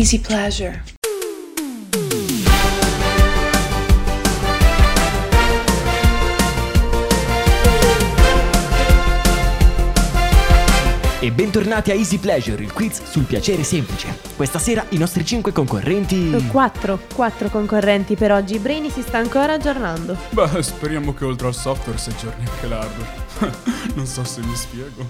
Easy Pleasure. E bentornati a Easy Pleasure, il quiz sul piacere semplice. Questa sera i nostri 5 concorrenti... 4 concorrenti per oggi. Brainy si sta ancora aggiornando. Beh, speriamo che oltre al software si aggiorni anche l'hardware. Non so se mi spiego.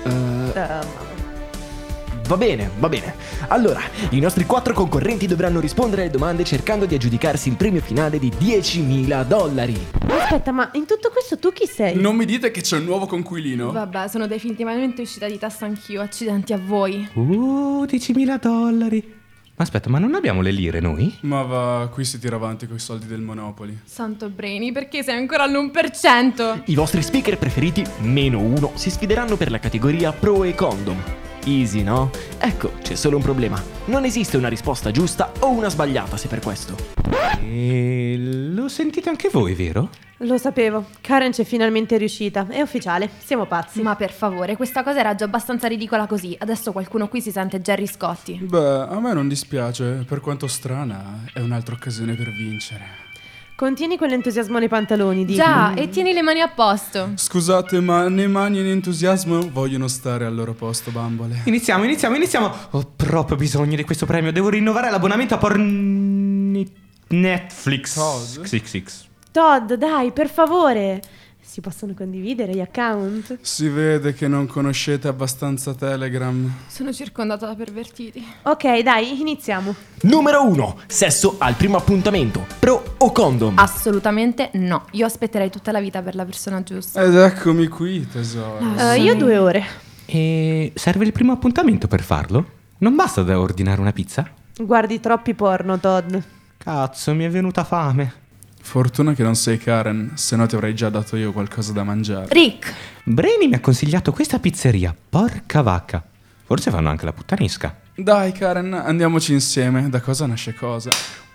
Va bene. Allora, i nostri 4 concorrenti dovranno rispondere alle domande cercando di aggiudicarsi il premio finale di $10.000. Aspetta, ma in tutto questo tu chi sei? Non mi dite che c'è un nuovo conquilino? Vabbè, sono definitivamente uscita di testa anch'io, accidenti a voi. $10.000. Ma aspetta, ma non abbiamo le lire noi? Ma va, qui si tira avanti coi soldi del Monopoly. Santo Brainy, perché sei ancora all'1%? I vostri speaker preferiti, -1, si sfideranno per la categoria Pro e Condom. Easy, no? Ecco, c'è solo un problema. Non esiste una risposta giusta o una sbagliata, se per questo. E lo sentite anche voi, vero? Lo sapevo, Karen c'è finalmente riuscita. È ufficiale, siamo pazzi. Ma per favore, questa cosa era già abbastanza ridicola così. Adesso qualcuno qui si sente Gerry Scotti. Beh, a me non dispiace, per quanto strana, è un'altra occasione per vincere. Contieni quell'entusiasmo nei pantaloni, Dick. Già, e tieni le mani a posto. Scusate, ma né mani né entusiasmo vogliono stare al loro posto, bambole. Iniziamo. Ho proprio bisogno di questo premio. Devo rinnovare l'abbonamento a Netflix. Todd? Todd, dai, per favore. Si possono condividere gli account? Si vede che non conoscete abbastanza Telegram. Sono circondata da pervertiti. Ok, dai, iniziamo. Numero 1. Sesso al primo appuntamento. Pro o Condom? Assolutamente no. Io aspetterei tutta la vita per la persona giusta. Ed eccomi qui, tesoro. Io 2 ore. E serve il primo appuntamento per farlo? Non basta da ordinare una pizza? Guardi troppi porno, Todd. Cazzo, mi è venuta fame. Fortuna che non sei Karen, se no ti avrei già dato io qualcosa da mangiare. Rick! Brainy mi ha consigliato questa pizzeria. Porca vacca. Forse fanno anche la puttanesca. Dai Karen, andiamoci insieme, da cosa nasce cosa.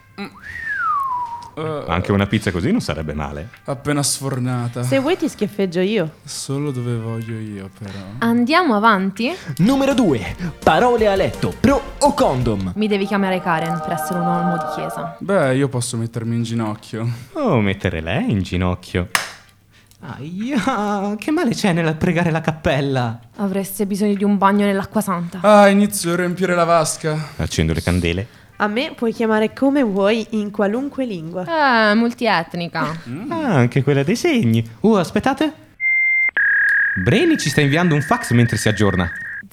Anche una pizza così non sarebbe male. Appena sfornata. Se vuoi ti schiaffeggio io. Solo dove voglio io, però. Andiamo avanti? Numero 2. Parole a letto. Pro o Condom? Mi devi chiamare Karen per essere un uomo di chiesa. Beh, io posso mettermi in ginocchio. Oh, mettere lei in ginocchio. Aia, che male c'è nel pregare la cappella? Avreste bisogno di un bagno nell'acqua santa. Ah, inizio a riempire la vasca. Accendo le candele. A me puoi chiamare come vuoi in qualunque lingua. Multietnica. Ah, anche quella dei segni. Aspettate. Brainy ci sta inviando un fax mentre si aggiorna.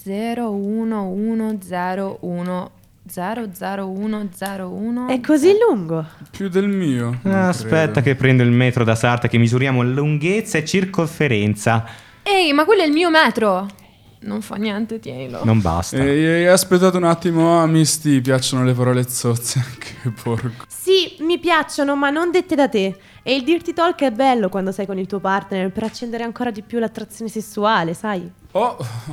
01101 È così lungo. Più del mio. non Aspetta credo. che prendo il metro da Sarta che misuriamo lunghezza e circonferenza. Ehi, ma quello è il mio metro. Non fa niente, tienilo. Non basta. Ehi, aspettate un attimo, a Misty piacciono le parole zozze. Che porco. Sì, mi piacciono, ma non dette da te. E il dirty talk è bello quando sei con il tuo partner per accendere ancora di più l'attrazione sessuale, sai? Ho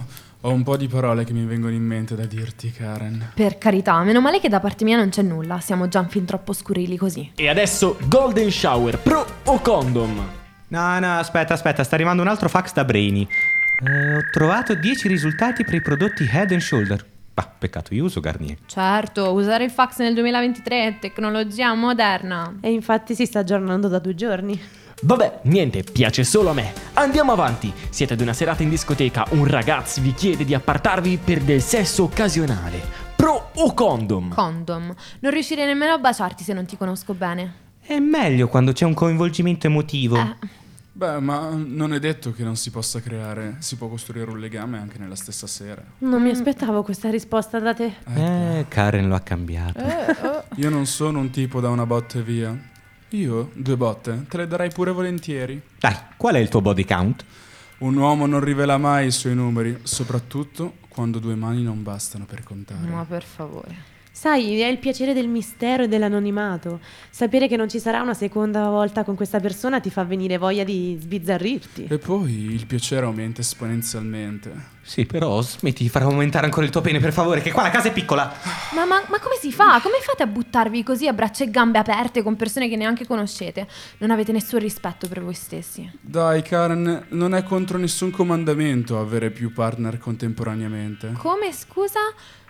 un po' di parole che mi vengono in mente da dirti, Karen. Per carità, meno male che da parte mia non c'è nulla. Siamo già fin troppo scurili così. E adesso Golden Shower. Pro o Condom? No, aspetta, sta arrivando un altro fax da Brainy. Ho trovato 10 risultati per i prodotti Head and Shoulder. Peccato, io uso Garnier. Certo, usare il fax nel 2023 è tecnologia moderna. E infatti si sta aggiornando da 2 giorni. Vabbè, niente, piace solo a me. Andiamo avanti. Siete ad una serata in discoteca, un ragazzo vi chiede di appartarvi per del sesso occasionale. Pro o Condom? Condom. Non riuscirei nemmeno a baciarti se non ti conosco bene. È meglio quando c'è un coinvolgimento emotivo. Beh, ma non è detto che non si possa creare. Si può costruire un legame anche nella stessa sera. Non mi aspettavo questa risposta da te. Karen lo ha cambiato. Io non sono un tipo da una botta e via. Io 2 botte te le darei pure volentieri. Dai, qual è il tuo body count? Un uomo non rivela mai i suoi numeri, soprattutto quando 2 mani non bastano per contare. Ma per favore. Sai, è il piacere del mistero e dell'anonimato. Sapere che non ci sarà una seconda volta con questa persona ti fa venire voglia di sbizzarrirti. E poi il piacere aumenta esponenzialmente. Sì, però smetti di far aumentare ancora il tuo pene, per favore, che qua la casa è piccola. Ma come si fa? Come fate a buttarvi così a braccia e gambe aperte con persone che neanche conoscete? Non avete nessun rispetto per voi stessi. Dai, Karen, non è contro nessun comandamento avere più partner contemporaneamente. Come, scusa?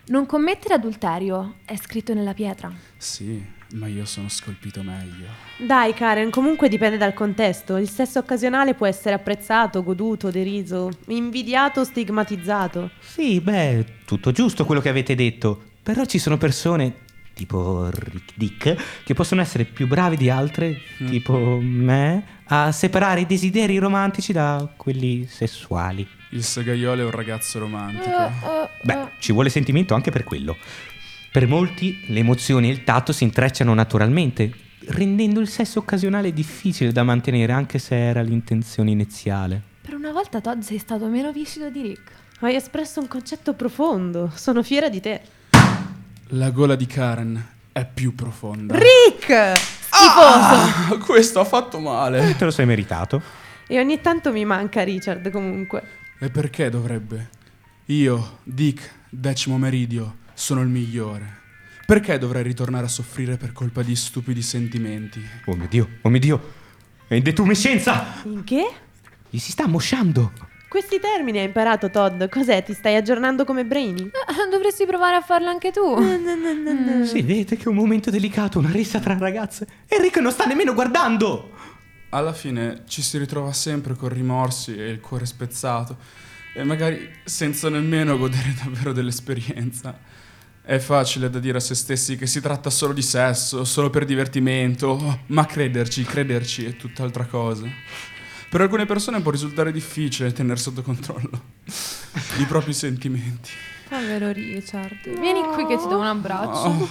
Non commettere adulterio, è scritto nella pietra. Sì, ma io sono scolpito meglio. Dai Karen, comunque dipende dal contesto. Il sesso occasionale può essere apprezzato, goduto, deriso, invidiato, stigmatizzato. Sì, beh, tutto giusto quello che avete detto. Però ci sono persone, tipo Rick Dick, che possono essere più bravi di altre, tipo me, a separare i desideri romantici da quelli sessuali. Il segaiolo è un ragazzo romantico. Beh, ci vuole sentimento anche per quello. Per molti le emozioni e il tatto si intrecciano naturalmente, rendendo il sesso occasionale difficile da mantenere anche se era l'intenzione iniziale. Per una volta Todd sei stato meno viscido di Rick. Hai espresso un concetto profondo. Sono fiera di te. La gola di Karen è più profonda. Rick! Schifoso! Ah, questo ha fatto male. Te lo sei meritato. E ogni tanto mi manca Richard, comunque. E perché dovrebbe? Io, Dick, 10° meridio, sono il migliore. Perché dovrei ritornare a soffrire per colpa di stupidi sentimenti? Oh mio Dio. È in detumescenza! In che? Gli si sta ammosciando. Questi termini hai imparato, Todd. Cos'è? Ti stai aggiornando come Brainy? Dovresti provare a farlo anche tu. Si vede che è un momento delicato, una rissa tra ragazze. E Rick non sta nemmeno guardando. Alla fine ci si ritrova sempre con rimorsi e il cuore spezzato, e magari senza nemmeno godere davvero dell'esperienza. È facile da dire a se stessi che si tratta solo di sesso, solo per divertimento, ma crederci è tutt'altra cosa. Per alcune persone può risultare difficile tenere sotto controllo i propri sentimenti. Povero Richard. Vieni qui che ti do un abbraccio. Oh.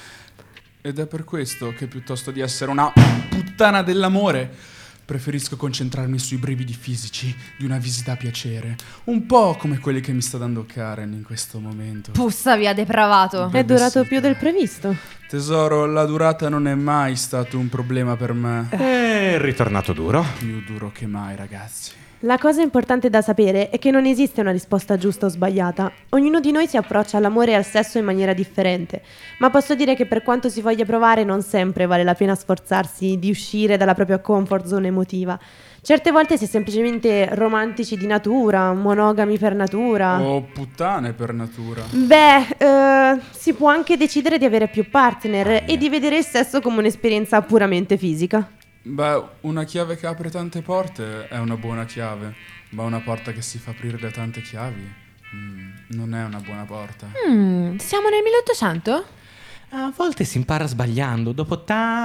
Ed è per questo che piuttosto di essere una puttana dell'amore, preferisco concentrarmi sui brividi fisici di una visita a piacere. Un po' come quelli che mi sta dando Karen in questo momento. Pussa via, depravato. È durato più del previsto. Tesoro, la durata non è mai stato un problema per me. È ritornato duro. Più duro che mai, ragazzi. La cosa importante da sapere è che non esiste una risposta giusta o sbagliata. Ognuno di noi si approccia all'amore e al sesso in maniera differente, ma posso dire che per quanto si voglia provare non sempre vale la pena sforzarsi di uscire dalla propria comfort zone emotiva. Certe volte si è semplicemente romantici di natura, monogami per natura. O puttane per natura. Beh, si può anche decidere di avere più partner e di vedere il sesso come un'esperienza puramente fisica. Beh, una chiave che apre tante porte è una buona chiave, ma una porta che si fa aprire da tante chiavi non è una buona porta. Siamo nel 1800? A volte si impara sbagliando, dopo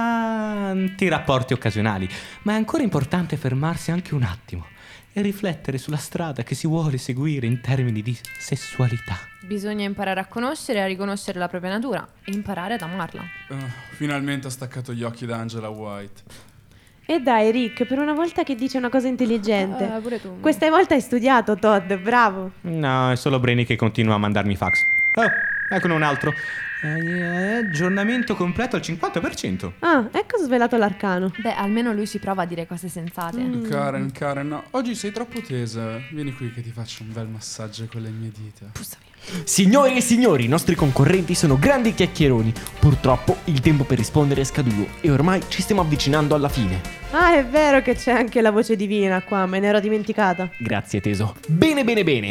tanti rapporti occasionali, ma è ancora importante fermarsi anche un attimo e riflettere sulla strada che si vuole seguire in termini di sessualità. Bisogna imparare a conoscere e a riconoscere la propria natura e imparare ad amarla. Finalmente ha staccato gli occhi da Angela White. E dai Rick, per una volta che dice una cosa intelligente. Pure tu. Questa volta hai studiato, Todd, bravo. No, è solo Brainy che continua a mandarmi fax. Oh, eccone un altro. Aggiornamento completo al 50%. Ah, ecco svelato l'arcano. Beh, almeno lui ci prova a dire cose sensate. Karen, no, oggi sei troppo tesa. Vieni qui che ti faccio un bel massaggio con le mie dita. Pussa via. Signori e signori, i nostri concorrenti sono grandi chiacchieroni. Purtroppo il tempo per rispondere è scaduto e ormai ci stiamo avvicinando alla fine. Ah, è vero che c'è anche la voce divina qua, me ne ero dimenticata. Grazie teso. Bene.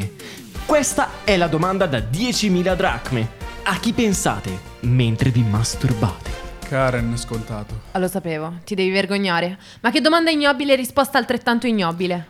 Questa è la domanda da 10.000 dracme. A chi pensate mentre vi masturbate? Karen, scontato. Ah, lo sapevo, ti devi vergognare. Ma che domanda ignobile e risposta altrettanto ignobile.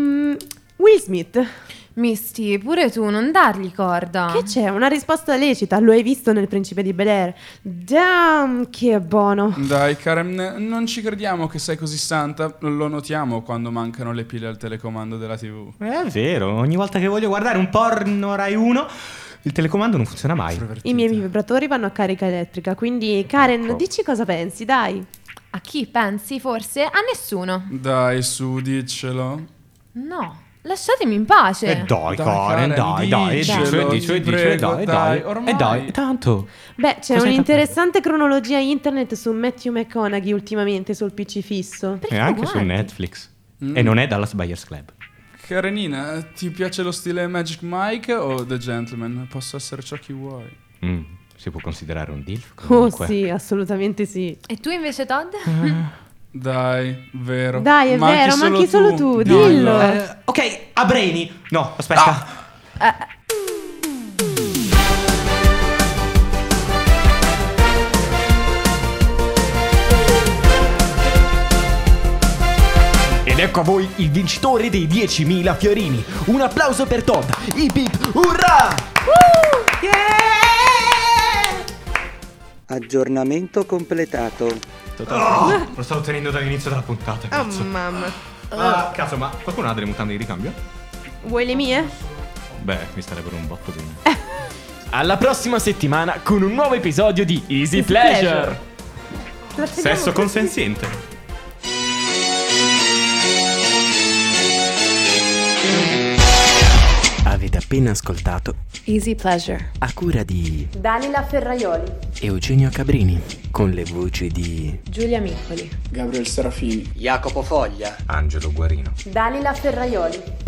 Will Smith. Misty, pure tu, non dargli corda. Che c'è? Una risposta lecita, lo hai visto nel Principe di Bel-Air. Damn, che buono. Dai, Karen, non ci crediamo che sei così santa. Lo notiamo quando mancano le pile al telecomando della TV. È vero, ogni volta che voglio guardare un porno Rai 1, il telecomando non funziona mai. I miei vibratori vanno a carica elettrica, quindi Karen, Ecco. dici cosa pensi, dai. A chi pensi, forse? A nessuno. Dai, su, diccelo. No, lasciatemi in pace. Dai, Dai, Karen, dai, diccelo, dicelo, ti prego, dai. ormai. Dai, tanto. Beh, c'è Cos'hai un'interessante cronologia internet su Matthew McConaughey ultimamente sul PC fisso. E anche su guardi? Netflix. E non è Dallas Buyers Club. Karenina, ti piace lo stile Magic Mike o The Gentleman? Posso essere ciò che vuoi. Si può considerare un DILF Oh comunque. sì, assolutamente sì. E tu invece, Todd? Dai, vero. Dai, è vero, manchi solo tu, dillo. Ok, a Brainy. No, aspetta. ecco a voi il vincitore dei 10.000 fiorini. Un applauso per Todd. Hip hip, urrà! Aggiornamento completato. Lo stavo tenendo dall'inizio della puntata. Oh Cazzo. mamma. Cazzo, ma qualcuno ha delle mutande di ricambio? Vuoi le mie? Beh, mi starebbero un botto di... Alla prossima settimana con un nuovo episodio di Easy Pleasure. Sesso consenziente. Avete appena ascoltato Easy Pleasure. a cura di Dalila Ferraioli. Eugenio Cabrini, con le voci di Giulia Miccoli. Gabriel Serafini. Jacopo Foglia. Angelo Guarino. Dalila Ferraioli.